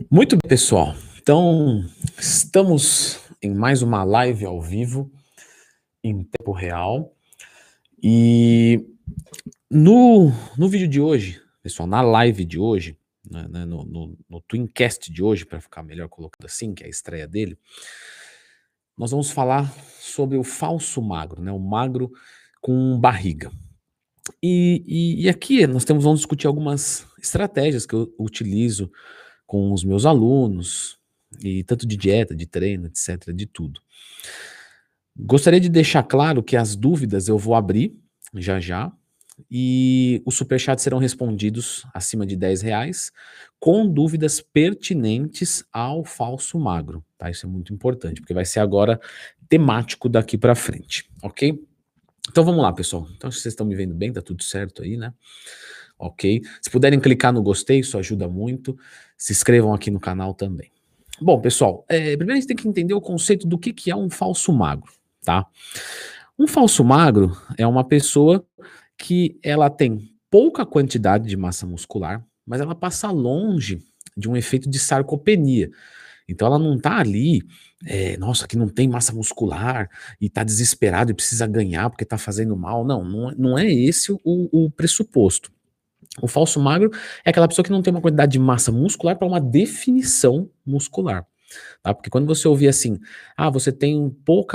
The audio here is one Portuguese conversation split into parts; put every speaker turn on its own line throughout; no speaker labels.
Muito bem, pessoal. Então, estamos em mais uma live ao vivo, em tempo real. E no vídeo de hoje, pessoal, na live de hoje, no Twincast de hoje, para ficar melhor colocado assim, que é a estreia dele, nós vamos falar sobre o falso magro, né? O magro com barriga. E aqui vamos discutir algumas estratégias que eu utilizo com os meus alunos, e tanto de dieta, de treino, etc, de tudo. Gostaria de deixar claro que as dúvidas eu vou abrir já já, e os superchats serão respondidos acima de R$ 10, com dúvidas pertinentes ao falso magro, tá? Isso é muito importante, porque vai ser agora temático daqui para frente, ok? Então vamos lá, pessoal. Então acho que vocês estão me vendo bem, tá tudo certo aí, né? Ok. Se puderem clicar no gostei, isso ajuda muito. Se inscrevam aqui no canal também. Bom, pessoal, primeiro a gente tem que entender o conceito do que é um falso magro, tá? Um falso magro é uma pessoa que ela tem pouca quantidade de massa muscular, mas ela passa longe de um efeito de sarcopenia. Então ela não tá ali, nossa, que não tem massa muscular e tá desesperado e precisa ganhar porque tá fazendo mal. Não é esse o pressuposto. O falso magro é aquela pessoa que não tem uma quantidade de massa muscular para uma definição muscular, tá? Porque quando você ouvir assim, você tem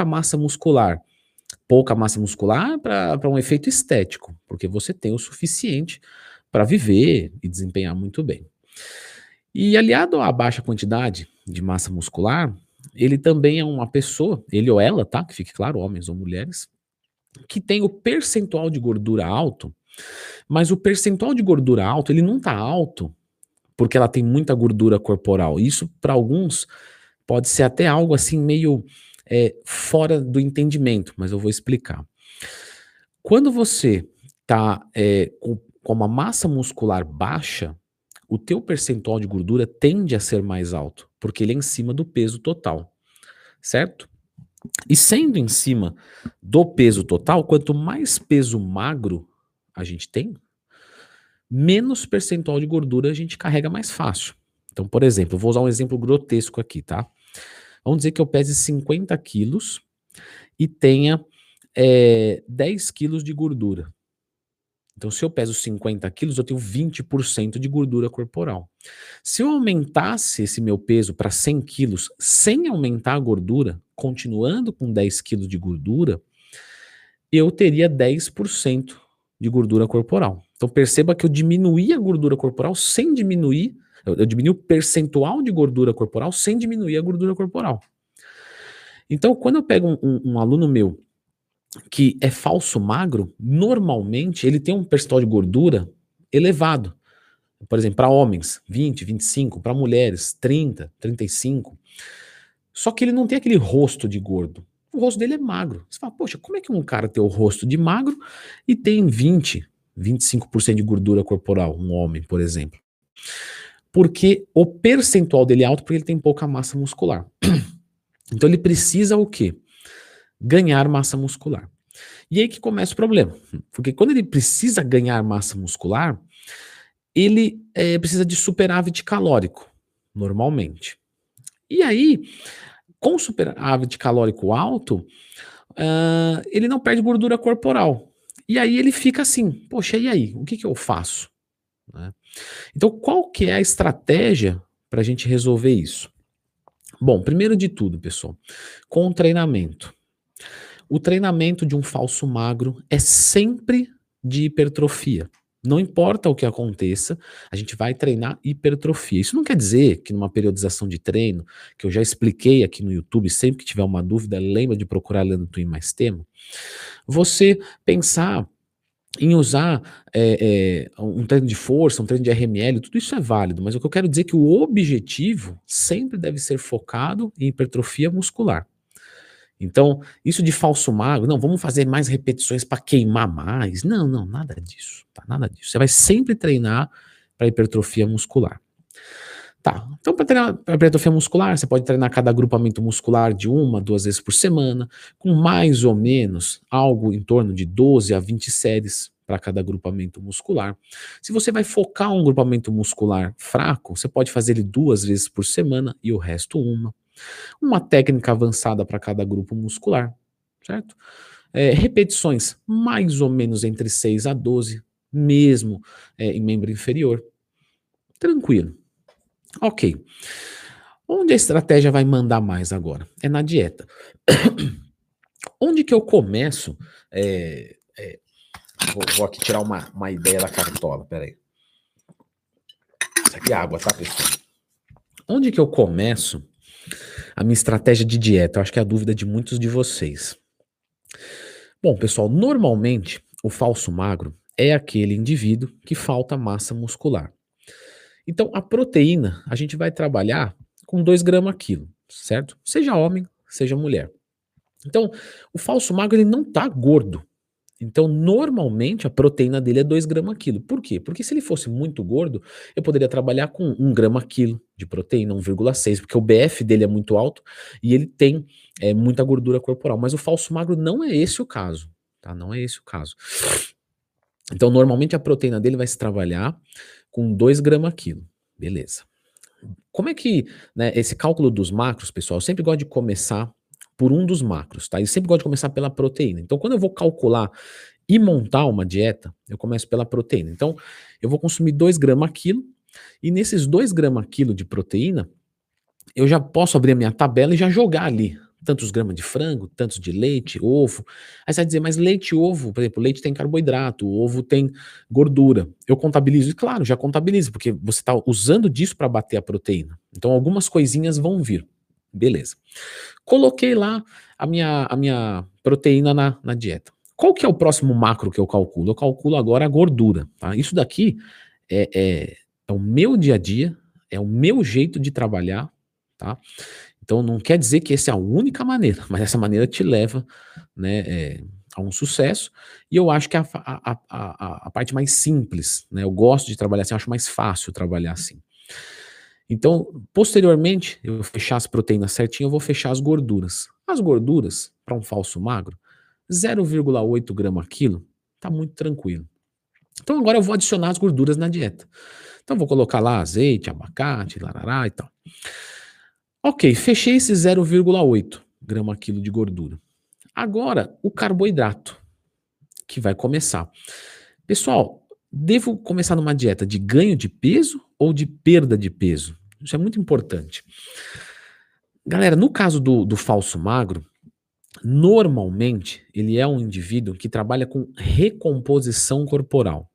pouca massa muscular para um efeito estético, porque você tem o suficiente para viver e desempenhar muito bem. E aliado à baixa quantidade de massa muscular, ele também é uma pessoa, ele ou ela, tá? Que fique claro, homens ou mulheres, que tem o percentual de gordura alto. Mas o percentual de gordura alto, ele não tá alto porque ela tem muita gordura corporal. Isso, para alguns, pode ser até algo assim meio fora do entendimento, mas eu vou explicar. Quando você tá com uma massa muscular baixa, o teu percentual de gordura tende a ser mais alto, porque ele é em cima do peso total, certo? E sendo em cima do peso total, quanto mais peso magro a gente tem, menos percentual de gordura a gente carrega mais fácil. Então, por exemplo, eu vou usar um exemplo grotesco aqui, tá? Vamos dizer que eu pese 50 quilos e tenha 10 quilos de gordura. Então, se eu peso 50 quilos, eu tenho 20% de gordura corporal. Se eu aumentasse esse meu peso para 100 quilos sem aumentar a gordura, continuando com 10 quilos de gordura, eu teria 10% de gordura corporal. Então perceba que eu diminuí a gordura corporal sem diminuir, eu diminui o percentual de gordura corporal sem diminuir a gordura corporal. Então quando eu pego um aluno meu que é falso magro, normalmente ele tem um percentual de gordura elevado. Por exemplo, para homens, 20, 25, para mulheres, 30, 35. Só que ele não tem aquele rosto de gordo. O rosto dele é magro. Você fala, poxa, como é que um cara tem o rosto de magro e tem 20, 25% de gordura corporal, um homem, por exemplo? Porque o percentual dele é alto porque ele tem pouca massa muscular. Então ele precisa o quê? Ganhar massa muscular. E aí que começa o problema. Porque quando ele precisa ganhar massa muscular, ele precisa de superávit calórico, normalmente. E aí, com superávit calórico alto, ele não perde gordura corporal. E aí ele fica assim, poxa, e aí? O que eu faço? Né? Então, qual que é a estratégia para a gente resolver isso? Bom, primeiro de tudo, pessoal, com o treinamento. O treinamento de um falso magro é sempre de hipertrofia. Não importa o que aconteça, a gente vai treinar hipertrofia. Isso não quer dizer que numa periodização de treino, que eu já expliquei aqui no YouTube, sempre que tiver uma dúvida, lembra de procurar Leandro Twin Mais Tema, você pensar em usar um treino de força, um treino de RML, tudo isso é válido, mas o que eu quero dizer é que o objetivo sempre deve ser focado em hipertrofia muscular. Então, isso de falso magro, não, vamos fazer mais repetições para queimar mais. Não, nada disso, tá? Nada disso. Você vai sempre treinar para hipertrofia muscular. Tá, então para treinar para hipertrofia muscular, você pode treinar cada agrupamento muscular de 1 a 2 vezes por semana, com mais ou menos algo em torno de 12 a 20 séries. para cada agrupamento muscular. Se você vai focar um grupamento muscular fraco, você pode fazer ele 2 vezes por semana e o resto uma. Uma técnica avançada para cada grupo muscular, certo? Repetições mais ou menos entre 6 a 12, mesmo em membro inferior. Tranquilo. Ok. Onde a estratégia vai mandar mais agora? É na dieta. Onde que eu começo? Vou aqui tirar uma ideia da cartola, peraí. Isso aqui é água, tá, pessoal? Onde que eu começo a minha estratégia de dieta? Eu acho que é a dúvida de muitos de vocês. Bom, pessoal, normalmente o falso magro é aquele indivíduo que falta massa muscular. Então, a proteína a gente vai trabalhar com 2 gramas quilo, certo? Seja homem, seja mulher. Então, o falso magro ele não tá gordo. Então, normalmente, a proteína dele é 2 gramas quilo. Por quê? Porque se ele fosse muito gordo, eu poderia trabalhar com 1 grama quilo de proteína, 1,6, porque o BF dele é muito alto e ele tem muita gordura corporal. Mas o falso magro não é esse o caso, tá? Não é esse o caso. Então, normalmente, a proteína dele vai se trabalhar com 2 gramas quilo. Beleza. Como é que, né, esse cálculo dos macros, pessoal, eu sempre gosto de começar por um dos macros, tá? Eu sempre gosto de começar pela proteína. Então, quando eu vou calcular e montar uma dieta, eu começo pela proteína. Então, eu vou consumir 2 gramas quilo, e nesses 2 gramas quilo de proteína, eu já posso abrir a minha tabela e já jogar ali tantos gramas de frango, tantos de leite, ovo. Aí você vai dizer, mas leite e ovo, por exemplo, leite tem carboidrato, o ovo tem gordura. Eu contabilizo? E claro, já contabilizo, porque você está usando disso para bater a proteína. Então, algumas coisinhas vão vir. Beleza. Coloquei lá a minha proteína na dieta. Qual que é o próximo macro que eu calculo? Eu calculo agora a gordura, tá? Isso daqui é o meu dia a dia, é o meu jeito de trabalhar, tá? Então não quer dizer que essa é a única maneira, mas essa maneira te leva, né, a um sucesso, e eu acho que é a parte mais simples, né? Eu gosto de trabalhar assim, eu acho mais fácil trabalhar assim. Então, posteriormente, eu vou fechar as proteínas certinho, eu vou fechar as gorduras. As gorduras, para um falso magro, 0,8 grama quilo, tá muito tranquilo. Então agora eu vou adicionar as gorduras na dieta. Então vou colocar lá azeite, abacate, larará e tal. Ok, fechei esse 0,8 grama quilo de gordura. Agora, o carboidrato, que vai começar. Pessoal, devo começar numa dieta de ganho de peso ou de perda de peso? Isso é muito importante. Galera, no caso do falso magro, normalmente ele é um indivíduo que trabalha com recomposição corporal.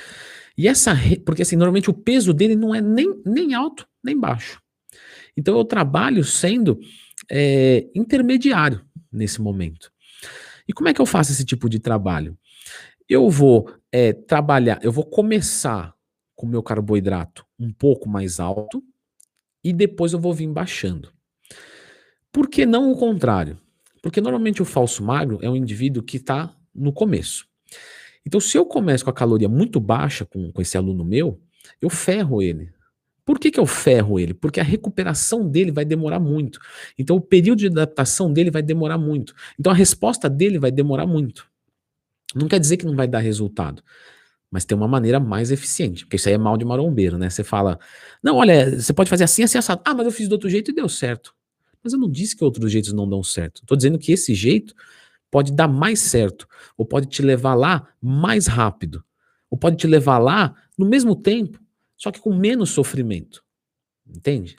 E porque assim, normalmente o peso dele não é nem alto nem baixo. Então eu trabalho sendo intermediário nesse momento. E como é que eu faço esse tipo de trabalho? Eu vou trabalhar, eu vou começar com o meu carboidrato um pouco mais alto e depois eu vou vir baixando. Por que não o contrário? Porque normalmente o falso magro é um indivíduo que está no começo. Então, se eu começo com a caloria muito baixa com esse aluno meu, eu ferro ele. Por que eu ferro ele? Porque a recuperação dele vai demorar muito. Então, o período de adaptação dele vai demorar muito. Então, a resposta dele vai demorar muito. Não quer dizer que não vai dar resultado, mas tem uma maneira mais eficiente, porque isso aí é mal de marombeiro, né? Você fala, não, olha, você pode fazer assim, assim, assado. Ah, mas eu fiz do outro jeito e deu certo. Mas eu não disse que outros jeitos não dão certo. Estou dizendo que esse jeito pode dar mais certo, ou pode te levar lá mais rápido, ou pode te levar lá no mesmo tempo, só que com menos sofrimento. Entende?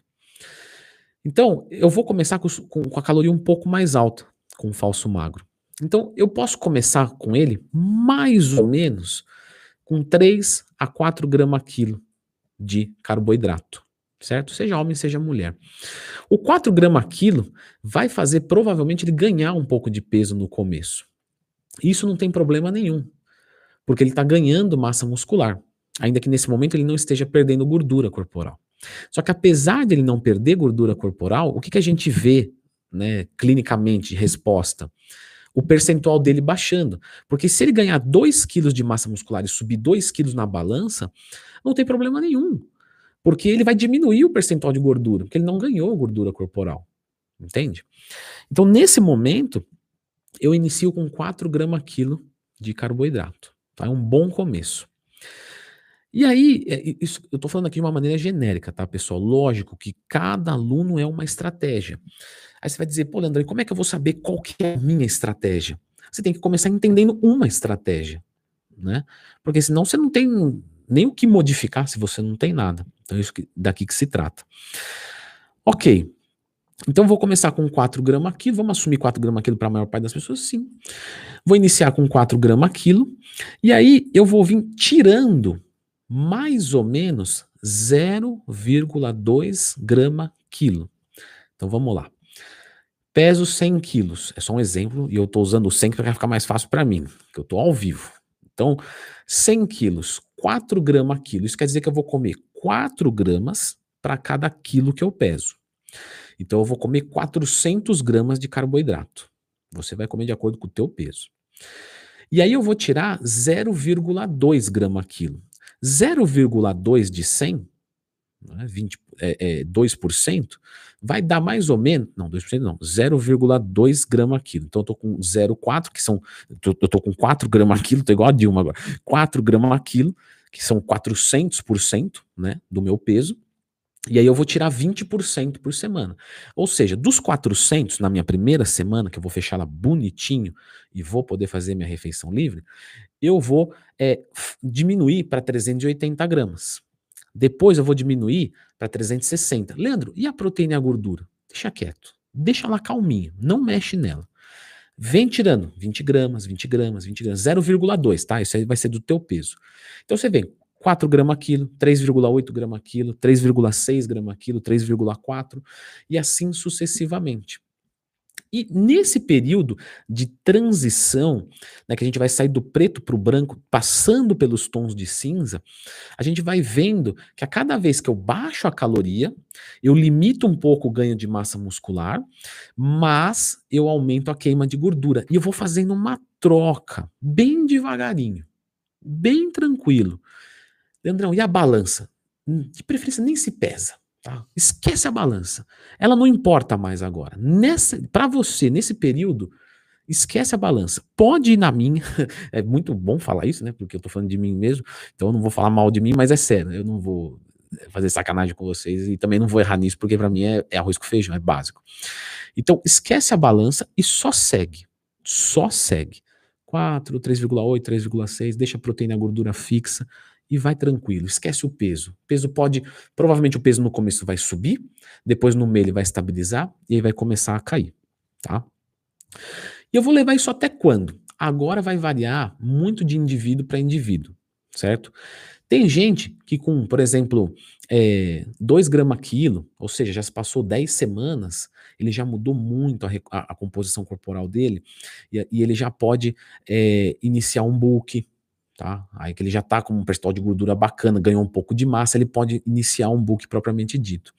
Então, eu vou começar com a caloria um pouco mais alta, com o falso magro. Então, eu posso começar com ele mais ou menos com 3 a 4 gramas quilo de carboidrato, certo? Seja homem, seja mulher. O 4 gramas quilo vai fazer provavelmente ele ganhar um pouco de peso no começo. Isso não tem problema nenhum, porque ele está ganhando massa muscular, ainda que nesse momento ele não esteja perdendo gordura corporal. Só que apesar de ele não perder gordura corporal, o que a gente vê, né, clinicamente de resposta? O percentual dele baixando. Porque se ele ganhar 2 quilos de massa muscular e subir 2 quilos na balança, não tem problema nenhum. Porque ele vai diminuir o percentual de gordura, porque ele não ganhou gordura corporal. Entende? Então, nesse momento, eu inicio com 4 gramas quilo de carboidrato. tá? É um bom começo. E aí, isso eu tô falando aqui de uma maneira genérica, tá, pessoal? Lógico que cada aluno é uma estratégia. Aí você vai dizer: "Pô, Leandro, e como é que eu vou saber qual que é a minha estratégia?" Você tem que começar entendendo uma estratégia, né, porque senão você não tem nem o que modificar se você não tem nada. Então é isso daqui que se trata. Ok, então vou começar com 4 gramas quilo, vamos assumir 4 gramas quilo para a maior parte das pessoas? Sim. Vou iniciar com 4 gramas quilo, e aí eu vou vir tirando mais ou menos 0,2 grama quilo. Então vamos lá. Peso 100 quilos, é só um exemplo, e eu estou usando o 100 para ficar mais fácil para mim, que eu estou ao vivo. Então, 100 quilos, 4 gramas quilo, isso quer dizer que eu vou comer 4 gramas para cada quilo que eu peso. Então eu vou comer 400 gramas de carboidrato. Você vai comer de acordo com o teu peso. E aí eu vou tirar 0,2 grama quilo. 0,2 de 100, né, 2%, vai dar mais ou menos, não, 2% não, 0,2 grama quilo. Então eu tô com 0,4, que são, eu tô com 4 gramas quilo, tô igual a Dilma agora, 4 gramas quilo, que são 400%, né, do meu peso, e aí eu vou tirar 20% por semana. Ou seja, dos 400 na minha primeira semana, que eu vou fechar ela bonitinho e vou poder fazer minha refeição livre, eu vou diminuir para 380 gramas. Depois eu vou diminuir para 360. Leandro, e a proteína e a gordura? Deixa quieto. Deixa lá calminho. Não mexe nela. Vem tirando 20 gramas, 20 gramas, 20 gramas, 0,2, tá? Isso aí vai ser do teu peso. Então você vem 4 gramas quilo, 3,8 gramas quilo, 3,6 gramas quilo, 3,4 e assim sucessivamente. E nesse período de transição, né, que a gente vai sair do preto para o branco, passando pelos tons de cinza, a gente vai vendo que a cada vez que eu baixo a caloria, eu limito um pouco o ganho de massa muscular, mas eu aumento a queima de gordura. E eu vou fazendo uma troca, bem devagarinho, bem tranquilo. Leandrão, e a balança? De preferência nem se pesa. Tá? Esquece a balança. Ela não importa mais agora. Para você, nesse período, esquece a balança. Pode ir na minha. É muito bom falar isso, né? Porque eu tô falando de mim mesmo. Então eu não vou falar mal de mim, mas é sério. Eu não vou fazer sacanagem com vocês e também não vou errar nisso, porque para mim é arroz com feijão, é básico. Então esquece a balança e só segue. Só segue. 4, 3,8, 3,6, deixa a proteína e a gordura fixa e vai tranquilo, esquece o peso. Provavelmente o peso no começo vai subir, depois no meio ele vai estabilizar e aí vai começar a cair, tá? E eu vou levar isso até quando? Agora vai variar muito de indivíduo para indivíduo, certo? Tem gente que com, por exemplo, 2 gramas quilo, ou seja, já se passou 10 semanas, ele já mudou muito a composição corporal dele, e ele já pode iniciar um bulk, tá? Aí que ele já está com um percentual de gordura bacana, ganhou um pouco de massa, ele pode iniciar um bulk propriamente dito.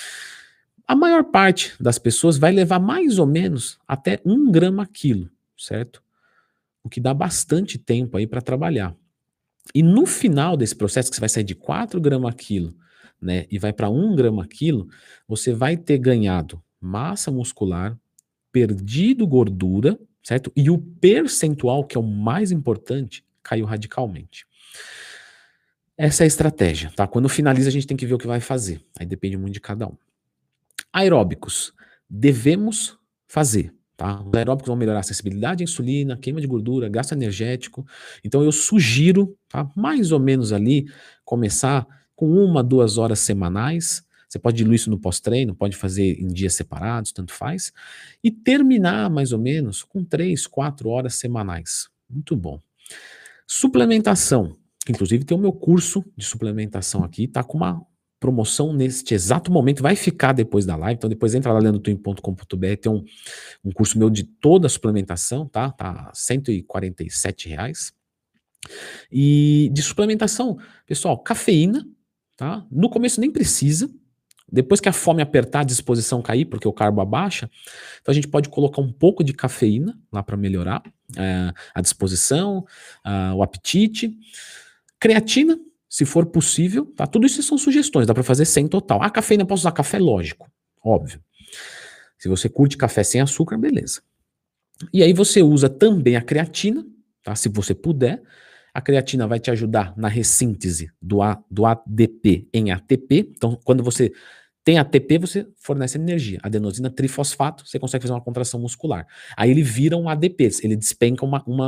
A maior parte das pessoas vai levar mais ou menos até 1 grama quilo, certo? O que dá bastante tempo aí para trabalhar. E no final desse processo, que você vai sair de 4 gramas quilo, né, e vai para 1 grama quilo, você vai ter ganhado massa muscular, perdido gordura, certo? E o percentual, que é o mais importante, caiu radicalmente. Essa é a estratégia, tá? Quando finaliza, a gente tem que ver o que vai fazer. Aí depende muito de cada um. Aeróbicos, devemos fazer, tá? Os aeróbicos vão melhorar a sensibilidade à insulina, queima de gordura, gasto energético. Então eu sugiro, tá? Mais ou menos ali, começar com 1, 2 horas semanais. Você pode diluir isso no pós-treino, pode fazer em dias separados, tanto faz. E terminar mais ou menos com 3, 4 horas semanais. Muito bom. Suplementação. Inclusive tem o meu curso de suplementação aqui, tá com uma promoção neste exato momento, vai ficar depois da live, então depois entra lá leandrotwin.com.br, tem um curso meu de toda a suplementação, tá? Tá R$ 147 reais. E de suplementação, pessoal, cafeína, tá? No começo nem precisa, depois que a fome apertar, a disposição cair, porque o carbo abaixa, então a gente pode colocar um pouco de cafeína lá para melhorar a disposição, o apetite. Creatina, se for possível, tá? Tudo isso são sugestões, dá para fazer sem total. A cafeína, posso usar café? Lógico, óbvio. Se você curte café sem açúcar, beleza. E aí você usa também a creatina, tá? Se você puder. A creatina vai te ajudar na ressíntese do ADP em ATP. Então, quando você tem ATP, você fornece energia. Adenosina trifosfato, você consegue fazer uma contração muscular. Aí ele vira um ADP, ele despenca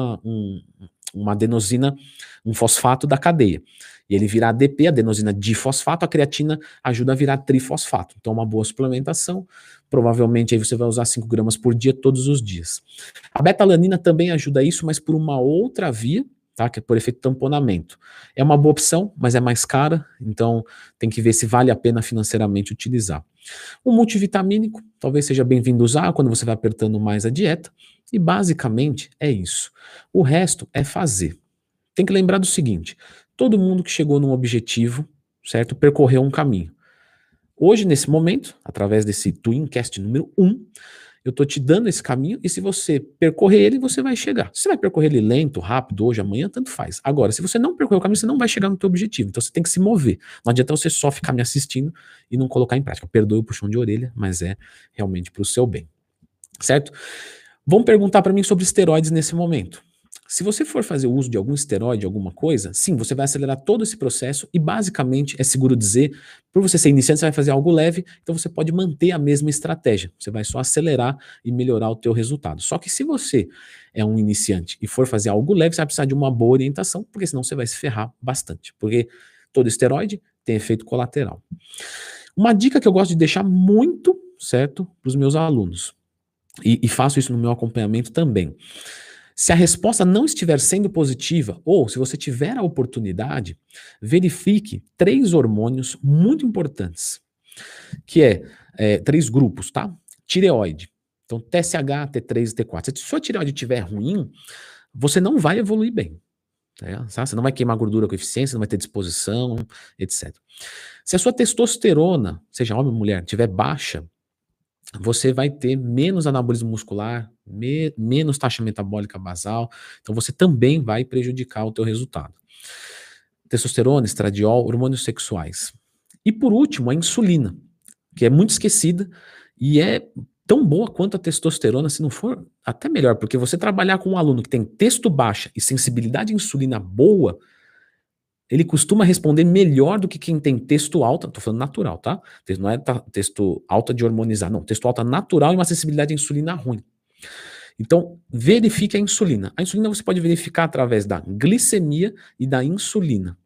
uma adenosina, um fosfato da cadeia. E ele vira ADP, adenosina difosfato, a creatina ajuda a virar trifosfato. Então, uma boa suplementação. Provavelmente aí você vai usar 5 gramas por dia, todos os dias. A beta-alanina também ajuda isso, mas por uma outra via, tá? Que é por efeito tamponamento. É uma boa opção, mas é mais cara, então tem que ver se vale a pena financeiramente utilizar. O multivitamínico, talvez seja bem-vindo usar quando você vai apertando mais a dieta, e basicamente é isso. O resto é fazer. Tem que lembrar do seguinte, todo mundo que chegou num objetivo, certo, percorreu um caminho. Hoje, nesse momento, através desse Twincast número 1, eu tô te dando esse caminho e se você percorrer ele, você vai chegar. Se você vai percorrer ele lento, rápido, hoje, amanhã, tanto faz. Agora, se você não percorrer o caminho, você não vai chegar no teu objetivo. Então você tem que se mover. Não adianta você só ficar me assistindo e não colocar em prática. Perdoe o puxão de orelha, mas é realmente pro seu bem. Certo? Vão perguntar para mim sobre esteroides nesse momento. Se você for fazer uso de algum esteroide, alguma coisa, sim, você vai acelerar todo esse processo e basicamente é seguro dizer, por você ser iniciante, você vai fazer algo leve, então você pode manter a mesma estratégia. Você vai só acelerar e melhorar o teu resultado. Só que se você é um iniciante e for fazer algo leve, você vai precisar de uma boa orientação, porque senão você vai se ferrar bastante. Porque todo esteroide tem efeito colateral. Uma dica que eu gosto de deixar muito, certo, para os meus alunos, e faço isso no meu acompanhamento também. Se a resposta não estiver sendo positiva, ou se você tiver a oportunidade, verifique 3 hormônios muito importantes, que é 3 grupos, tá? Tireoide. Então, TSH, T3 e T4. Se sua tireoide estiver ruim, você não vai evoluir bem. Tá? Você não vai queimar gordura com eficiência, não vai ter disposição, etc. Se a sua testosterona, seja homem ou mulher, estiver baixa, você vai ter menos anabolismo muscular, menos taxa metabólica basal, então você também vai prejudicar o teu resultado. Testosterona, estradiol, hormônios sexuais. E por último, a insulina, que é muito esquecida e é tão boa quanto a testosterona, se não for até melhor, porque você trabalhar com um aluno que tem testo baixa e sensibilidade à insulina boa, ele costuma responder melhor do que quem tem testo alta, tô falando natural, tá? Não é testo alta de hormonizar, não, testo alta natural e uma sensibilidade à insulina ruim. Então, verifique a insulina. A insulina você pode verificar através da glicemia e da insulina.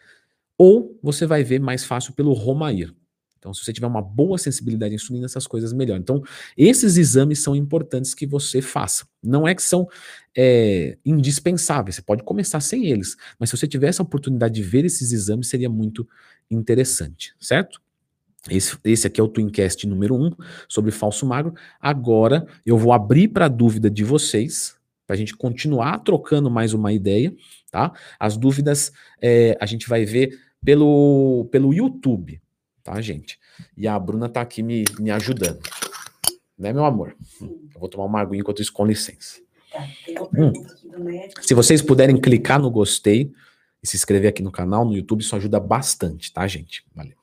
Ou você vai ver mais fácil pelo Romair. Então, se você tiver uma boa sensibilidade à insulina, essas coisas melhoram. Então, esses exames são importantes que você faça. Não é que são indispensáveis, você pode começar sem eles. Mas se você tiver essa oportunidade de ver esses exames, seria muito interessante, certo? Esse aqui é o Twincast número 1, sobre falso magro. Agora, eu vou abrir para a dúvida de vocês, para a gente continuar trocando mais uma ideia, tá? As dúvidas a gente vai ver pelo YouTube, tá, gente? E a Bruna tá aqui me ajudando. Né, meu amor? Eu vou tomar uma aguinha enquanto isso, com licença.
Tá, tem uma pergunta aqui do médico.
Se vocês puderem clicar no gostei e se inscrever aqui no canal, no YouTube, isso ajuda bastante, tá, gente? Valeu.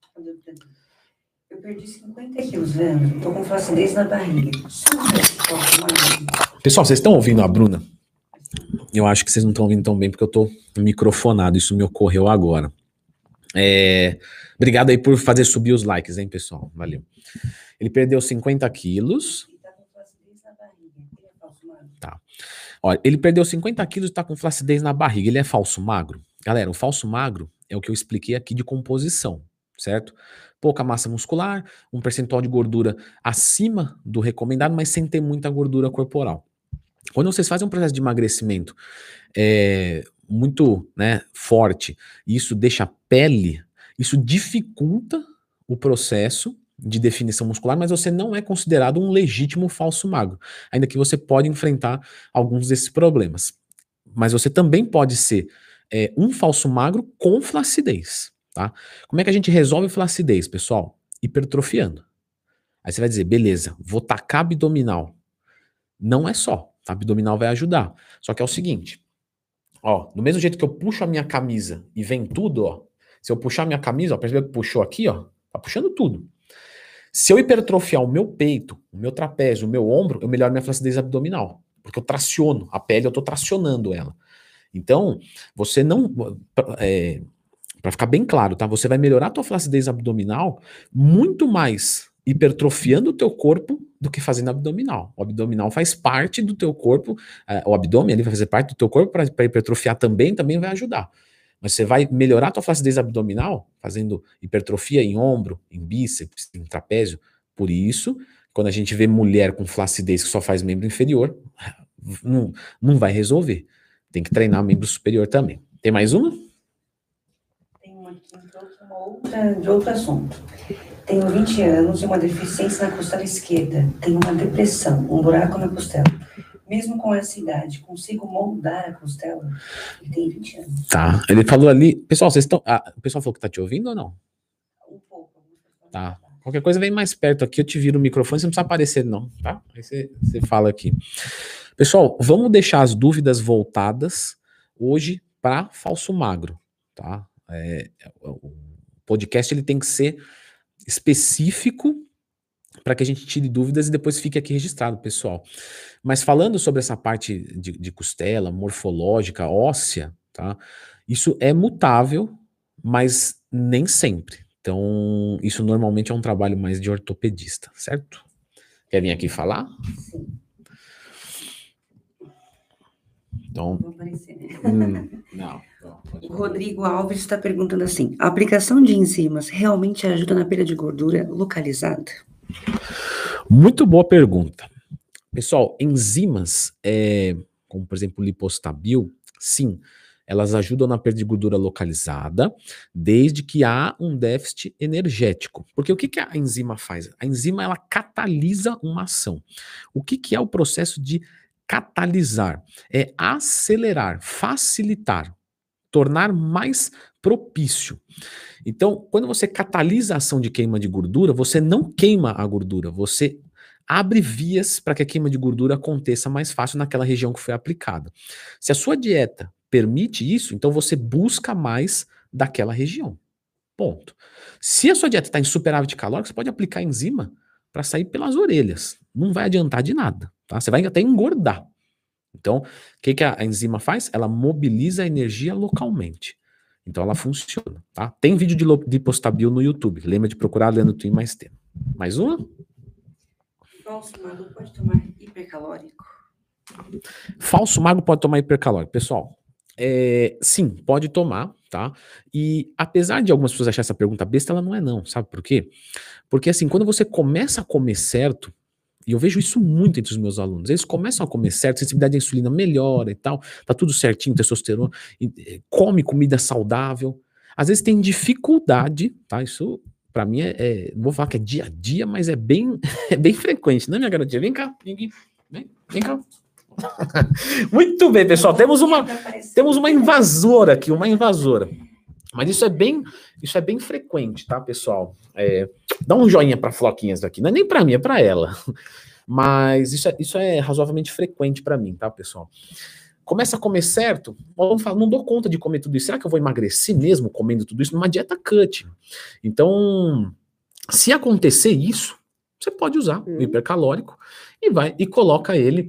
Eu perdi 50 quilos, Leandro. Tô com flacidez na barriga.
Pessoal, vocês estão ouvindo a Bruna? Eu acho que vocês não estão ouvindo tão bem porque eu tô microfonado, isso me ocorreu agora. Obrigado aí por fazer subir os likes, hein, pessoal? Valeu. Ele perdeu 50 quilos.
Ele tá com flacidez na barriga. Ele é falso magro?
Tá. Olha, ele perdeu 50 quilos e tá com flacidez na barriga. Ele é falso magro? Galera, o falso magro é o que eu expliquei aqui de composição, certo? Pouca massa muscular, um percentual de gordura acima do recomendado, mas sem ter muita gordura corporal. Quando vocês fazem um processo de emagrecimento muito, né, forte, e isso deixa a pele, isso dificulta o processo de definição muscular, mas você não é considerado um legítimo falso magro, ainda que você pode enfrentar alguns desses problemas. Mas você também pode ser um falso magro com flacidez, tá? Como é que a gente resolve flacidez, pessoal? Hipertrofiando. Aí você vai dizer, beleza, vou tacar abdominal. Não é só. A abdominal vai ajudar. Só que é o seguinte, ó, do mesmo jeito que eu puxo a minha camisa e vem tudo, ó, se eu puxar a minha camisa, ó, percebeu que puxou aqui, ó, tá puxando tudo. Se eu hipertrofiar o meu peito, o meu trapézio, o meu ombro, eu melhoro minha flacidez abdominal, porque eu traciono a pele, eu tô tracionando ela. Então, você não... para ficar bem claro, tá? Você vai melhorar a tua flacidez abdominal muito mais hipertrofiando o teu corpo do que fazendo abdominal. O abdominal faz parte do teu corpo, o abdômen ali vai fazer parte do teu corpo para hipertrofiar também vai ajudar. Mas você vai melhorar a tua flacidez abdominal fazendo hipertrofia em ombro, em bíceps, em trapézio. Por isso, quando a gente vê mulher com flacidez que só faz membro inferior, não vai resolver. Tem que treinar membro superior também. Tem mais uma?
Tem uma aqui, de outro assunto. Tenho 20 anos e uma deficiência na costela esquerda. Tenho uma depressão, um buraco na costela. Mesmo com essa idade, consigo moldar a costela? Ele tem 20 anos.
Tá, ele falou ali... Pessoal, vocês estão... o pessoal falou que tá te ouvindo ou não?
Um pouco.
Tá. Qualquer coisa vem mais perto aqui, eu te viro o microfone, você não precisa aparecer não, tá? Aí você fala aqui. Pessoal, vamos deixar as dúvidas voltadas hoje para falso magro, tá? O podcast ele tem que ser específico para que a gente tire dúvidas e depois fique aqui registrado, pessoal. Mas falando sobre essa parte de costela, morfológica, óssea, tá? Isso é mutável, mas nem sempre. Então, isso normalmente é um trabalho mais de ortopedista, certo? Quer vir aqui falar?
Sim.
Então,
Vou aparecer, né?
não.
O Rodrigo Alves está perguntando assim: a aplicação de enzimas realmente ajuda na perda de gordura localizada?
Muito boa pergunta. Pessoal, enzimas, como por exemplo o lipostabil, sim, elas ajudam na perda de gordura localizada, desde que há um déficit energético. Porque o que a enzima faz? A enzima, ela catalisa uma ação. O que é o processo de catalisar? É acelerar, facilitar, tornar mais propício. Então, quando você catalisa a ação de queima de gordura, você não queima a gordura, você abre vias para que a queima de gordura aconteça mais fácil naquela região que foi aplicada. Se a sua dieta permite isso, então você busca mais daquela região. Ponto. Se a sua dieta está em superávit calórico, você pode aplicar enzima para sair pelas orelhas. Não vai adiantar de nada, tá? Você vai até engordar. Então, o que a enzima faz? Ela mobiliza a energia localmente. Então ela funciona, tá? Tem vídeo de lipostabil no YouTube. Lembra de procurar Leandro Twin mais tempo. Mais uma?
Falso magro pode tomar hipercalórico?
Falso magro pode tomar hipercalórico. Pessoal, sim, pode tomar, tá? E apesar de algumas pessoas acharem essa pergunta besta, ela não é não, sabe por quê? Porque assim, quando você começa a comer certo, e eu vejo isso muito entre os meus alunos, eles começam a comer certo, a sensibilidade à insulina melhora e tal, tá tudo certinho, testosterona, come comida saudável, às vezes tem dificuldade, tá? Isso pra mim não vou falar que é dia a dia, mas é bem frequente, né, minha garotinha? Vem cá, vem cá. Muito bem, pessoal, temos uma invasora aqui, uma invasora. Mas isso é bem frequente, tá, pessoal? Dá um joinha para Floquinhas daqui. Não é nem para mim, é para ela. Mas isso é razoavelmente frequente para mim, tá, pessoal? Começa a comer certo, vamos falar, não dou conta de comer tudo isso. Será que eu vou emagrecer mesmo comendo tudo isso numa dieta cut? Então, se acontecer isso, você pode usar o hipercalórico e coloca ele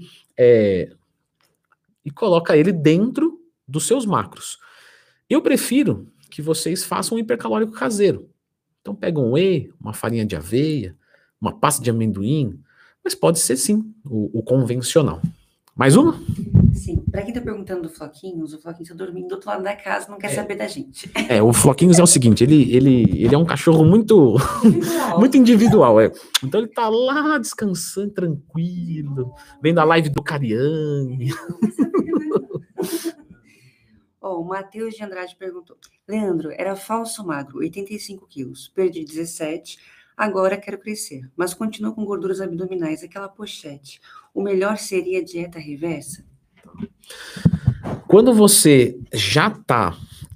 dentro dos seus macros. Eu prefiro que vocês façam um hipercalórico caseiro. Então pega um whey, uma farinha de aveia, uma pasta de amendoim, mas pode ser sim o convencional. Mais uma?
Sim. Para quem tá perguntando do Floquinhos, o Floquinhos tá dormindo do outro lado da casa, não quer saber da gente.
O Floquinhos é o seguinte, ele é um cachorro muito muito individual. Então ele tá lá descansando, tranquilo, vendo a live do Cariani.
O Matheus de Andrade perguntou: Leandro, era falso magro, 85 quilos, perdi 17, agora quero crescer, mas continuo com gorduras abdominais, aquela pochete. O melhor seria a dieta reversa?
Quando você já tá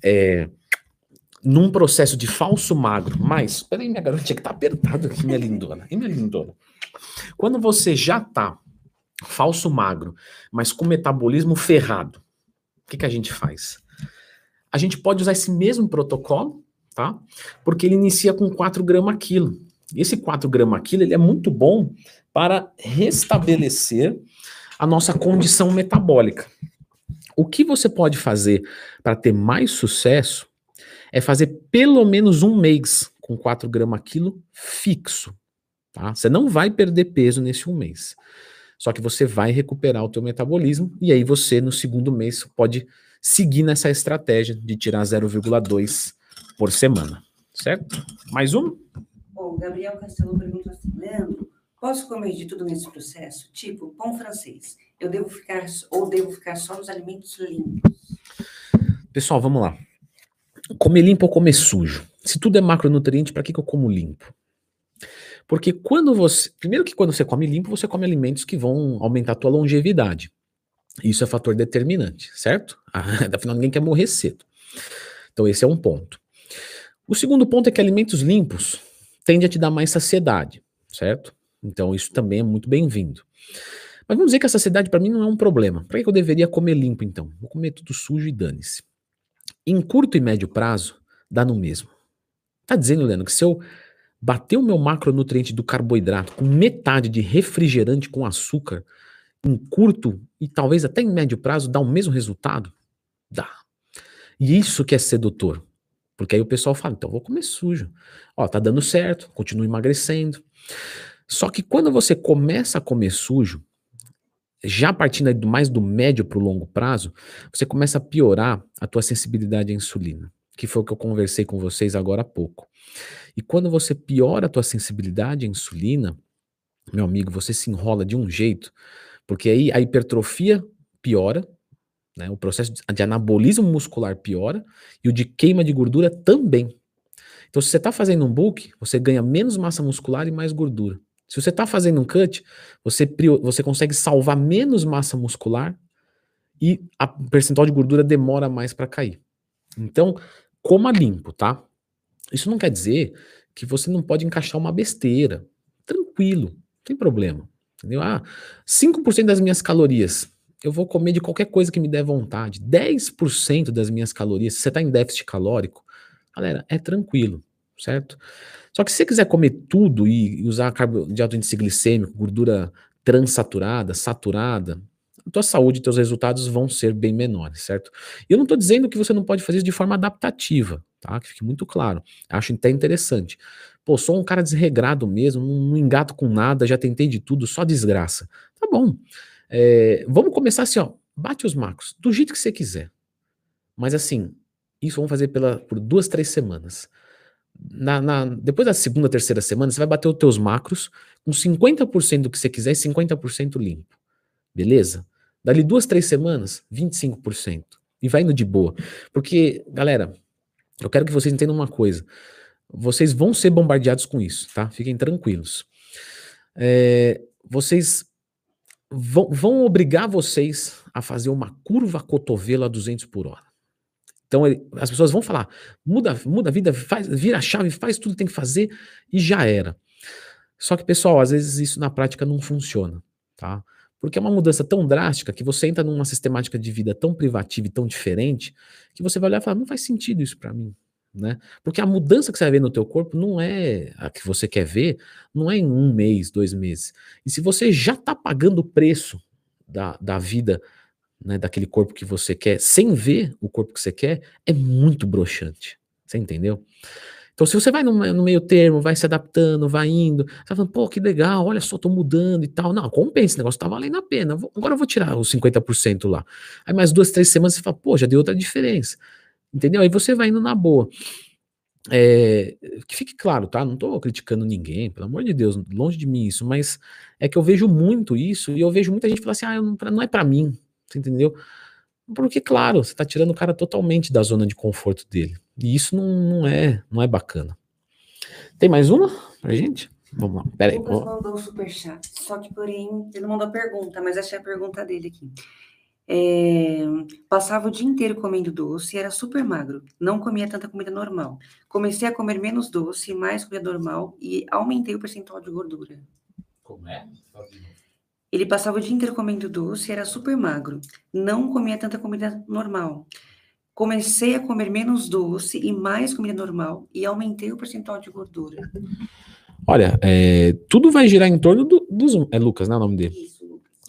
num processo de falso magro, mas... Peraí, minha garotinha que tá apertado aqui, minha lindona. E minha lindona? Quando você já tá falso magro, mas com metabolismo ferrado, o que a gente faz? A gente pode usar esse mesmo protocolo, tá? Porque ele inicia com 4 gramas quilo. E esse 4 gramas quilo, ele é muito bom para restabelecer a nossa condição metabólica. O que você pode fazer para ter mais sucesso é fazer pelo menos um mês com 4 gramas quilo fixo, tá? Você não vai perder peso nesse um mês. Só que você vai recuperar o teu metabolismo e aí você no segundo mês pode seguir nessa estratégia de tirar 0,2 por semana, certo? Mais um?
O Gabriel Castelo perguntou assim, Leandro, posso comer de tudo nesse processo? Tipo, pão francês. Eu devo ficar só nos alimentos limpos?
Pessoal, vamos lá. Comer limpo ou comer sujo? Se tudo é macronutriente, para que eu como limpo? Porque primeiro que quando você come limpo, você come alimentos que vão aumentar a tua longevidade. Isso é fator determinante, certo? Afinal, ninguém quer morrer cedo. Então esse é um ponto. O segundo ponto é que alimentos limpos tendem a te dar mais saciedade, certo? Então isso também é muito bem-vindo. Mas vamos dizer que a saciedade para mim não é um problema. Para que eu deveria comer limpo então? Vou comer tudo sujo e dane-se. Em curto e médio prazo, dá no mesmo. Tá dizendo, Leandro, que se eu bater o meu macronutriente do carboidrato com metade de refrigerante com açúcar, em curto e talvez até em médio prazo, dá o mesmo resultado? Dá. E isso que é sedutor. Porque aí o pessoal fala, então vou comer sujo. Ó, tá dando certo, continuo emagrecendo. Só que quando você começa a comer sujo, já partindo aí mais do médio para o longo prazo, você começa a piorar a tua sensibilidade à insulina, que foi o que eu conversei com vocês agora há pouco. E quando você piora a tua sensibilidade à insulina, meu amigo, você se enrola de um jeito, porque aí a hipertrofia piora, né, o processo de anabolismo muscular piora e o de queima de gordura também. Então, se você está fazendo um bulk, você ganha menos massa muscular e mais gordura. Se você está fazendo um cut, você consegue salvar menos massa muscular e a percentual de gordura demora mais para cair. Então, coma limpo, tá? Isso não quer dizer que você não pode encaixar uma besteira. Tranquilo, não tem problema. Entendeu? 5% das minhas calorias eu vou comer de qualquer coisa que me der vontade. 10% das minhas calorias, se você está em déficit calórico, galera, é tranquilo, certo? Só que se você quiser comer tudo e usar carbo de alto índice glicêmico, gordura transsaturada, saturada, a tua saúde e teus resultados vão ser bem menores, certo? E eu não estou dizendo que você não pode fazer isso de forma adaptativa, tá? Que fique muito claro. Acho até interessante. Pô, sou um cara desregrado mesmo, não engato com nada, já tentei de tudo, só desgraça. Tá bom. Vamos começar assim, ó. Bate os macros, do jeito que você quiser. Mas assim, isso vamos fazer por 2, 3 semanas. Depois da segunda, terceira semana, você vai bater os teus macros com 50% do que você quiser e 50% limpo. Beleza? Dali 2, 3 semanas, 25%. E vai indo de boa. Porque, galera, eu quero que vocês entendam uma coisa. Vocês vão ser bombardeados com isso, tá? Fiquem tranquilos. Vocês vão obrigar vocês a fazer uma curva cotovelo a 200 por hora. Então as pessoas vão falar, muda a vida, vira a chave, faz tudo que tem que fazer e já era. Só que, pessoal, às vezes isso na prática não funciona, tá? Porque é uma mudança tão drástica que você entra numa sistemática de vida tão privativa e tão diferente que você vai olhar e falar, não faz sentido isso pra mim, né? Porque a mudança que você vai ver no teu corpo não é a que você quer ver, não é em 1 mês, 2 meses. E se você já tá pagando o preço da vida, né, daquele corpo que você quer, sem ver o corpo que você quer, é muito broxante. Você entendeu? Então, se você vai no meio termo, vai se adaptando, vai indo, você vai falando, pô, que legal, olha só, tô mudando e tal. Não, compensa, esse negócio tá valendo a pena. Agora eu vou tirar os 50% lá. Aí mais 2, 3 semanas você fala, pô, já deu outra diferença. Entendeu? Aí você vai indo na boa. Que fique claro, tá? Não tô criticando ninguém, pelo amor de Deus, longe de mim isso, mas é que eu vejo muito isso e eu vejo muita gente falar assim, não é pra mim. Você entendeu? Porque, claro, você tá tirando o cara totalmente da zona de conforto dele. E isso não é bacana. Tem mais uma pra gente? Vamos lá, peraí.
O Lucas mandou o superchat, só que porém, ele não mandou a pergunta, mas essa é a pergunta dele aqui. Passava o dia inteiro comendo doce, era super magro, não comia tanta comida normal. Comecei a comer menos doce, mais comida normal e aumentei o percentual de gordura.
Como é?
Ele passava o dia inteiro comendo doce, era super magro, não comia tanta comida normal. Comecei a comer menos doce e mais comida normal e aumentei o percentual de gordura.
Olha, tudo vai girar em torno dos... É Lucas, né, o nome dele?
Isso, Lucas.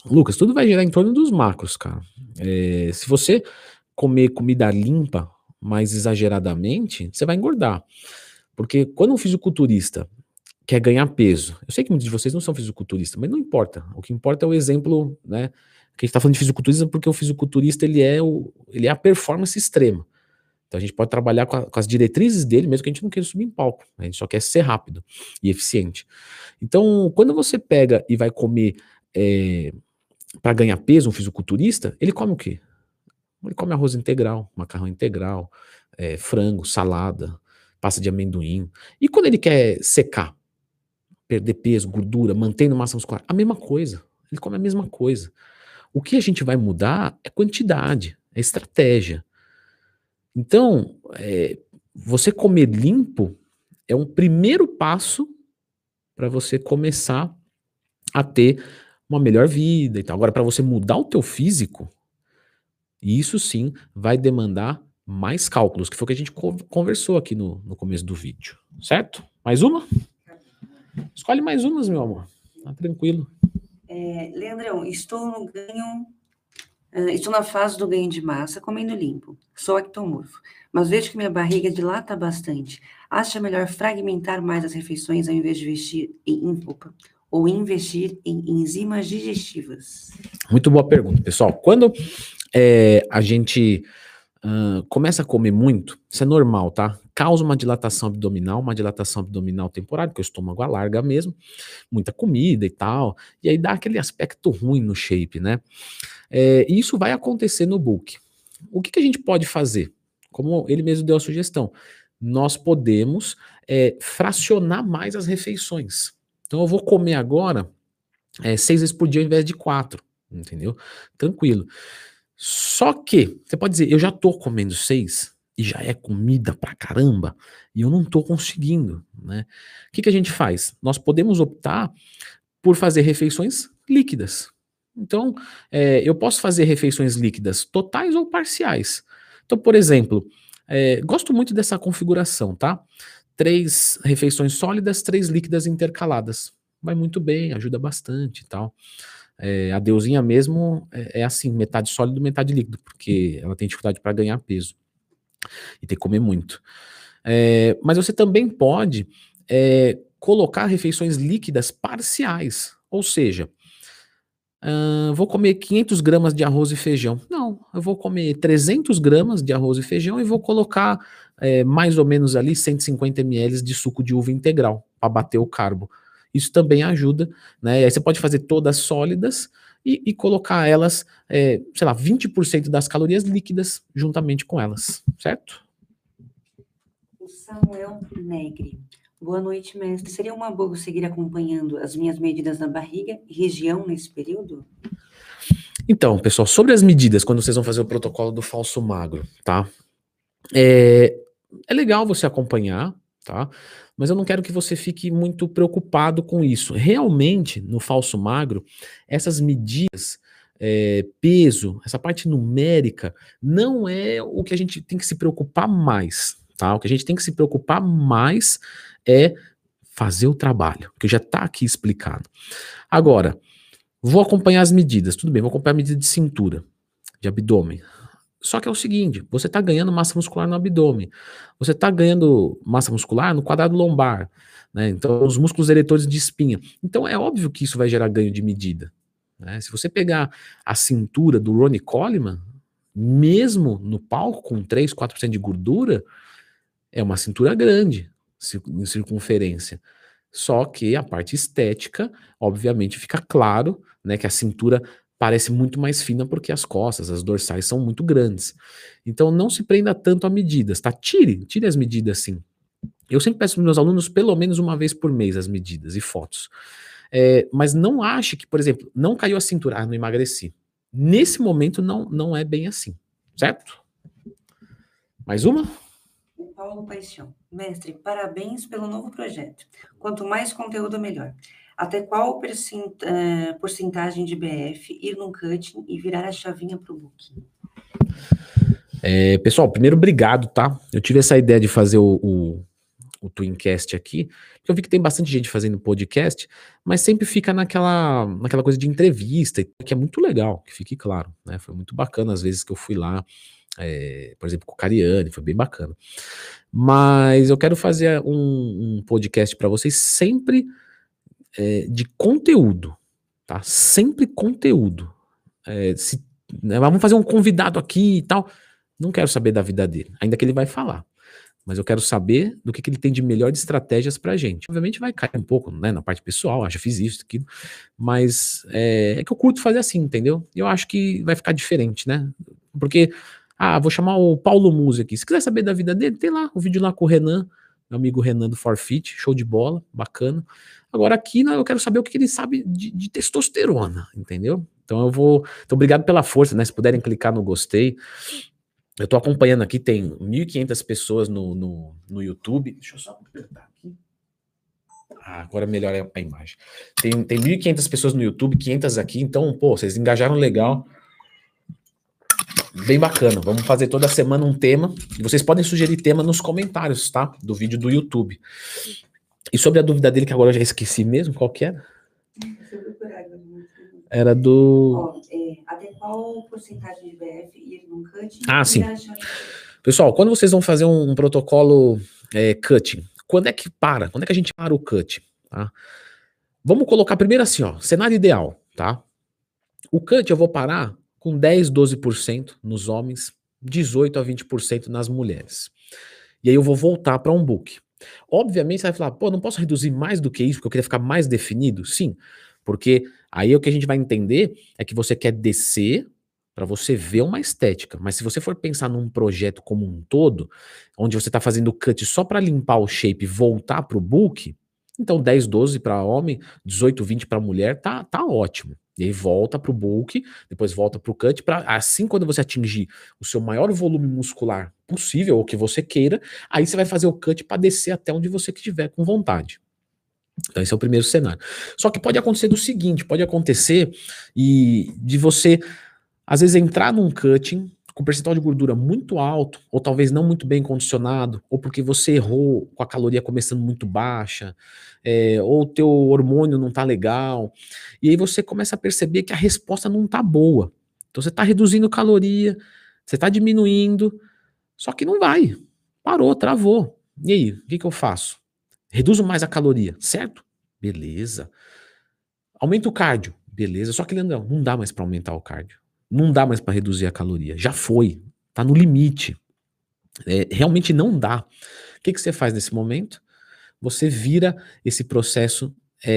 Lucas, tudo vai girar em torno dos macros, cara. Se você comer comida limpa, mais exageradamente, você vai engordar. Porque quando um fisiculturista quer ganhar peso, eu sei que muitos de vocês não são fisiculturistas, mas não importa. O que importa é o exemplo, né? Que a gente tá falando de fisiculturismo porque o fisiculturista ele é a performance extrema. Então a gente pode trabalhar com as diretrizes dele, mesmo que a gente não queira subir em palco. A gente só quer ser rápido e eficiente. Então, quando você pega e vai comer para ganhar peso, um fisiculturista, ele come o quê? Ele come arroz integral, macarrão integral, frango, salada, pasta de amendoim. E quando ele quer secar, perder peso, gordura, mantendo massa muscular, a mesma coisa. Ele come a mesma coisa. O que a gente vai mudar é quantidade, é estratégia. Então, você comer limpo é um primeiro passo para você começar a ter uma melhor vida e tal. Agora, para você mudar o teu físico, isso sim vai demandar mais cálculos, que foi o que a gente conversou aqui no começo do vídeo, certo? Mais uma? Escolhe mais umas, meu amor. Tá tranquilo.
Leandrão, estou na fase do ganho de massa, comendo limpo. Sou ectomorfo, mas vejo que minha barriga dilata bastante. Acha melhor fragmentar mais as refeições ao invés de investir em enzimas digestivas?
Muito boa pergunta, pessoal. Quando a gente começa a comer muito, isso é normal, tá? Causa uma dilatação abdominal temporária, porque o estômago alarga mesmo, muita comida e tal, e aí dá aquele aspecto ruim no shape, né? E isso vai acontecer no bulk. O que a gente pode fazer? Como ele mesmo deu a sugestão, nós podemos fracionar mais as refeições. Então eu vou comer agora 6 vezes por dia ao invés de 4, entendeu? Tranquilo. Só que, você pode dizer, eu já tô comendo 6 e já é comida pra caramba e eu não tô conseguindo, né? O que a gente faz? Nós podemos optar por fazer refeições líquidas. Então, eu posso fazer refeições líquidas totais ou parciais. Então, por exemplo, gosto muito dessa configuração, tá? 3 refeições sólidas, 3 líquidas intercaladas. Vai muito bem, ajuda bastante e tal. A Deusinha mesmo é assim, metade sólido, metade líquido, porque ela tem dificuldade para ganhar peso e tem que comer muito. Mas você também pode colocar refeições líquidas parciais, ou seja, vou comer 500 gramas de arroz e feijão. Não, eu vou comer 300 gramas de arroz e feijão e vou colocar mais ou menos ali 150 ml de suco de uva integral para bater o carbo. Isso também ajuda, né? Aí você pode fazer todas sólidas e colocar elas, sei lá, 20% das calorias líquidas juntamente com elas, certo?
O Samuel Negri. Boa noite, mestre. Seria uma boa seguir acompanhando as minhas medidas na barriga e região nesse período?
Então, pessoal, sobre as medidas, quando vocês vão fazer o protocolo do falso magro, tá? É legal você acompanhar, tá? Mas eu não quero que você fique muito preocupado com isso. Realmente, no falso magro, essas medidas, peso, essa parte numérica, não é o que a gente tem que se preocupar mais, tá? O que a gente tem que se preocupar mais é fazer o trabalho, que já está aqui explicado. Agora, vou acompanhar as medidas, tudo bem, vou acompanhar a medida de cintura, de abdômen. Só que é o seguinte, você está ganhando massa muscular no abdômen, você está ganhando massa muscular no quadrado lombar, né? Então os músculos eretores de espinha. Então é óbvio que isso vai gerar ganho de medida, né? Se você pegar a cintura do Ronnie Coleman, mesmo no palco com 3, 4% de gordura, é uma cintura grande em circunferência. Só que a parte estética, obviamente, fica claro, né, que a cintura parece muito mais fina porque as costas, as dorsais são muito grandes. Então não se prenda tanto a medidas, tá? Tire as medidas sim. Eu sempre peço para meus alunos pelo menos uma vez por mês as medidas e fotos. Mas não ache que, por exemplo, não caiu a cintura, não emagreci. Nesse momento não é bem assim, certo? Mais uma?
Paulo Paixão. Mestre, parabéns pelo novo projeto. Quanto mais conteúdo, melhor. Até qual porcentagem de BF ir no cutting e virar a chavinha para o booking?
Pessoal, primeiro, obrigado, tá? Eu tive essa ideia de fazer o o Twincast aqui, porque eu vi que tem bastante gente fazendo podcast, mas sempre fica naquela coisa de entrevista, que é muito legal, que fique claro, né? Foi muito bacana as vezes que eu fui lá, por exemplo, com o Cariani, foi bem bacana. Mas eu quero fazer um podcast para vocês sempre de conteúdo, tá? Sempre conteúdo. Né, vamos fazer um convidado aqui e tal. Não quero saber da vida dele, ainda que ele vai falar. Mas eu quero saber do que ele tem de melhor de estratégias pra gente. Obviamente vai cair um pouco, né, na parte pessoal, já fiz isso, aquilo, mas é que eu curto fazer assim, entendeu? Eu acho que vai ficar diferente, né? Porque, vou chamar o Paulo Musi aqui. Se quiser saber da vida dele, tem lá o vídeo lá com o Renan, meu amigo Renan do Forfeit, show de bola, bacana. Agora aqui, né, eu quero saber o que ele sabe de testosterona, entendeu? Então Então obrigado pela força, né? Se puderem clicar no gostei. Eu tô acompanhando aqui, tem 1.500 pessoas no YouTube. Deixa eu só apertar aqui. Agora melhora a imagem. Tem 1.500 pessoas no YouTube, 500 aqui. Então, pô, vocês engajaram legal. Bem bacana. Vamos fazer toda semana um tema. E vocês podem sugerir tema nos comentários, tá? Do vídeo do YouTube. E sobre a dúvida dele, que agora eu já esqueci mesmo, qual que era? Era do...
até qual porcentagem de BF ir num cutting?
Sim. Pessoal, quando vocês vão fazer um protocolo cutting, quando é que para? Quando é que a gente para o cut? Tá? Vamos colocar primeiro assim, ó, cenário ideal, tá? O cut eu vou parar com 10, 12% nos homens, 18 a 20% nas mulheres. E aí eu vou voltar para um book. Obviamente você vai falar, pô, não posso reduzir mais do que isso, porque eu queria ficar mais definido? Sim, porque aí o que a gente vai entender é que você quer descer para você ver uma estética. Mas se você for pensar num projeto como um todo, onde você está fazendo o cut só para limpar o shape e voltar para o book, então 10, 12 para homem, 18, 20 para mulher, tá ótimo. E aí volta para o bulk, depois volta para o cut, para assim quando você atingir o seu maior volume muscular possível, ou que você queira, aí você vai fazer o cut para descer até onde você estiver com vontade. Então esse é o primeiro cenário. Só que pode acontecer do seguinte, pode acontecer de você, às vezes, entrar num cutting com percentual de gordura muito alto, ou talvez não muito bem condicionado, ou porque você errou com a caloria começando muito baixa, ou o teu hormônio não tá legal, e aí você começa a perceber que a resposta não tá boa. Então você tá reduzindo caloria, você tá diminuindo, só que não vai, parou, travou. E aí, o que eu faço? Reduzo mais a caloria, certo? Beleza. Aumenta o cardio, beleza. Só que, Leandrão, não dá mais para aumentar o cardio. Não dá mais para reduzir a caloria. Já foi, tá no limite. Realmente não dá. O que você faz nesse momento? Você vira esse processo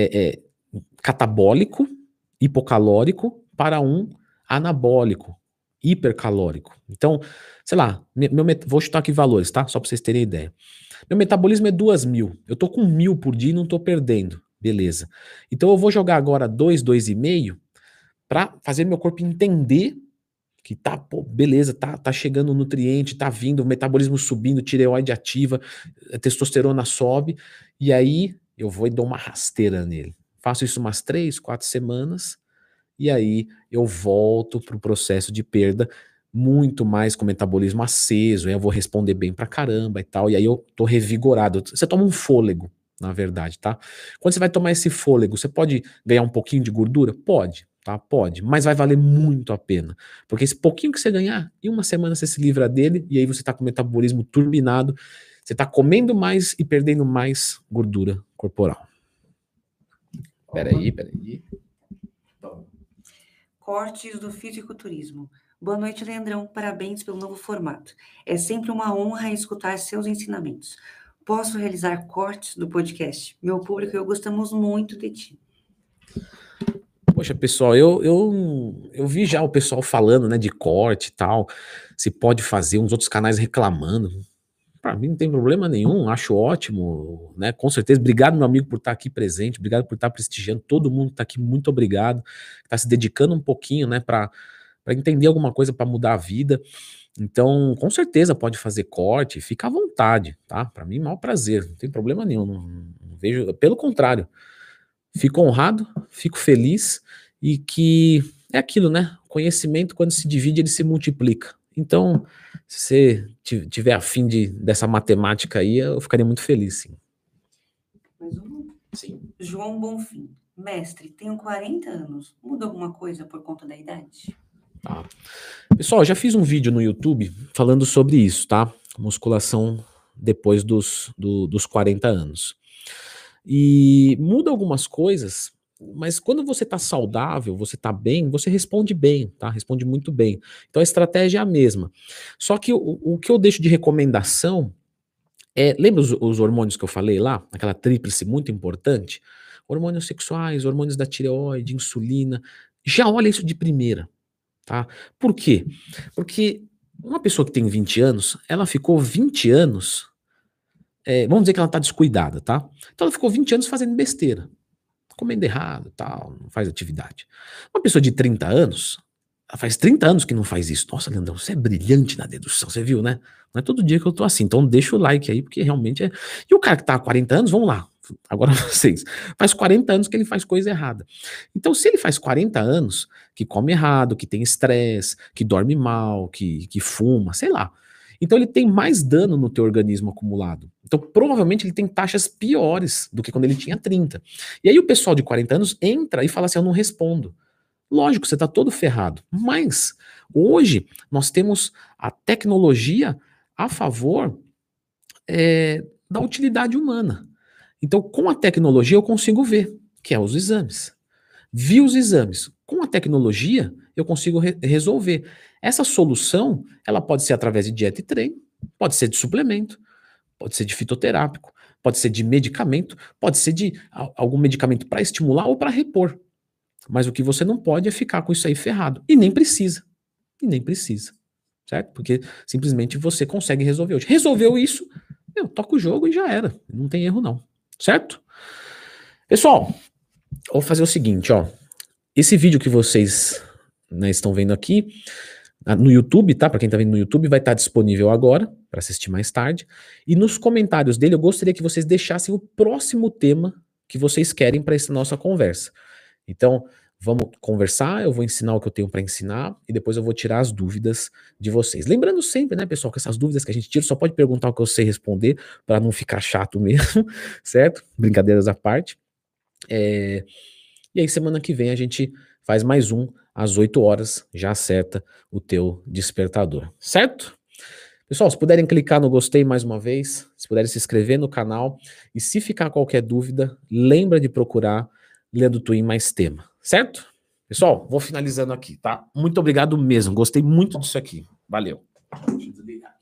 catabólico, hipocalórico, para um anabólico, hipercalórico. Então, sei lá, vou chutar aqui valores, tá? Só para vocês terem ideia. Meu metabolismo é 2.000. Eu tô com 1.000 por dia e não tô perdendo. Beleza. Então eu vou jogar agora 2,5 para fazer meu corpo entender que tá, pô, beleza, tá chegando o nutriente, tá vindo, o metabolismo subindo, tireoide ativa, a testosterona sobe, e aí eu vou e dou uma rasteira nele. Faço isso umas 3, 4 semanas, e aí eu volto pro processo de perda muito mais com o metabolismo aceso, aí eu vou responder bem pra caramba e tal, e aí eu tô revigorado. Você toma um fôlego, na verdade, tá? Quando você vai tomar esse fôlego, você pode ganhar um pouquinho de gordura? Pode, tá? Pode, mas vai valer muito a pena, porque esse pouquinho que você ganhar, em uma semana você se livra dele, e aí você tá com o metabolismo turbinado, você tá comendo mais e perdendo mais gordura corporal. Peraí.
Cortes do fisiculturismo. Boa noite, Leandrão. Parabéns pelo novo formato. É sempre uma honra escutar seus ensinamentos. Posso realizar cortes do podcast? Meu público e eu gostamos muito de ti.
Poxa, pessoal, eu vi já o pessoal falando, né, de corte e tal, se pode fazer, uns outros canais reclamando. Para mim não tem problema nenhum, acho ótimo, né? Com certeza. Obrigado, meu amigo, por estar aqui presente, obrigado por estar prestigiando, todo mundo que está aqui, muito obrigado, está se dedicando um pouquinho, né, para entender alguma coisa, para mudar a vida. Então, com certeza pode fazer corte, fica à vontade, tá? Para mim, maior prazer, não tem problema nenhum, não vejo, pelo contrário, fico honrado, fico feliz e que é aquilo, né? Conhecimento, quando se divide, ele se multiplica. Então, se você tiver afim dessa matemática aí, eu ficaria muito feliz, sim.
Mais uma?
Sim.
João Bonfim. Mestre, tenho 40 anos. Muda alguma coisa por conta da idade?
Tá. Pessoal, já fiz um vídeo no YouTube falando sobre isso, tá? Musculação depois dos 40 anos. E muda algumas coisas, mas quando você tá saudável, você tá bem, você responde bem, tá? Responde muito bem. Então a estratégia é a mesma. Só que o que eu deixo de recomendação lembra os hormônios que eu falei lá? Aquela tríplice muito importante? Hormônios sexuais, hormônios da tireoide, insulina. Já olha isso de primeira, tá? Por quê? Porque uma pessoa que tem 20 anos, ela ficou 20 anos, vamos dizer que ela tá descuidada, tá? Então ela ficou 20 anos fazendo besteira, comendo errado, tal, não faz atividade. Uma pessoa de 30 anos, ela faz 30 anos que não faz isso. Nossa, Leandrão, você é brilhante na dedução, você viu, né? Não é todo dia que eu tô assim, então deixa o like aí, porque realmente é. E o cara que tá há 40 anos, vamos lá, agora vocês, faz 40 anos que ele faz coisa errada. Então, se ele faz 40 anos que come errado, que tem estresse, que dorme mal, que fuma, sei lá. Então ele tem mais dano no teu organismo acumulado. Então provavelmente ele tem taxas piores do que quando ele tinha 30. E aí o pessoal de 40 anos entra e fala assim, eu não respondo. Lógico, você está todo ferrado. Mas hoje nós temos a tecnologia a favor da utilidade humana. Então, com a tecnologia eu consigo ver, que é os exames. Vi os exames. Com a tecnologia, eu consigo resolver. Essa solução, ela pode ser através de dieta e treino, pode ser de suplemento, pode ser de fitoterápico, pode ser de medicamento, pode ser de algum medicamento para estimular ou para repor. Mas o que você não pode é ficar com isso aí ferrado. E nem precisa. E nem precisa. Certo? Porque simplesmente você consegue resolver hoje. Resolveu isso, toca o jogo e já era. Não tem erro, não. Certo? Pessoal, vou fazer o seguinte, ó. Esse vídeo que vocês, né, estão vendo aqui no YouTube, tá? Para quem tá vendo no YouTube, vai estar disponível agora para assistir mais tarde. E nos comentários dele, eu gostaria que vocês deixassem o próximo tema que vocês querem para essa nossa conversa. Então, vamos conversar, eu vou ensinar o que eu tenho para ensinar e depois eu vou tirar as dúvidas de vocês. Lembrando sempre, né, pessoal, que essas dúvidas que a gente tira só pode perguntar o que eu sei responder para não ficar chato mesmo, certo? Brincadeiras à parte. E aí semana que vem a gente faz mais um às 8 horas, já acerta o teu despertador, certo? Pessoal, se puderem clicar no gostei mais uma vez, se puderem se inscrever no canal e se ficar qualquer dúvida, lembra de procurar Leandro Twin mais tema, certo? Pessoal, vou finalizando aqui, tá? Muito obrigado mesmo, gostei muito disso aqui. Valeu. Deixa eu desligar.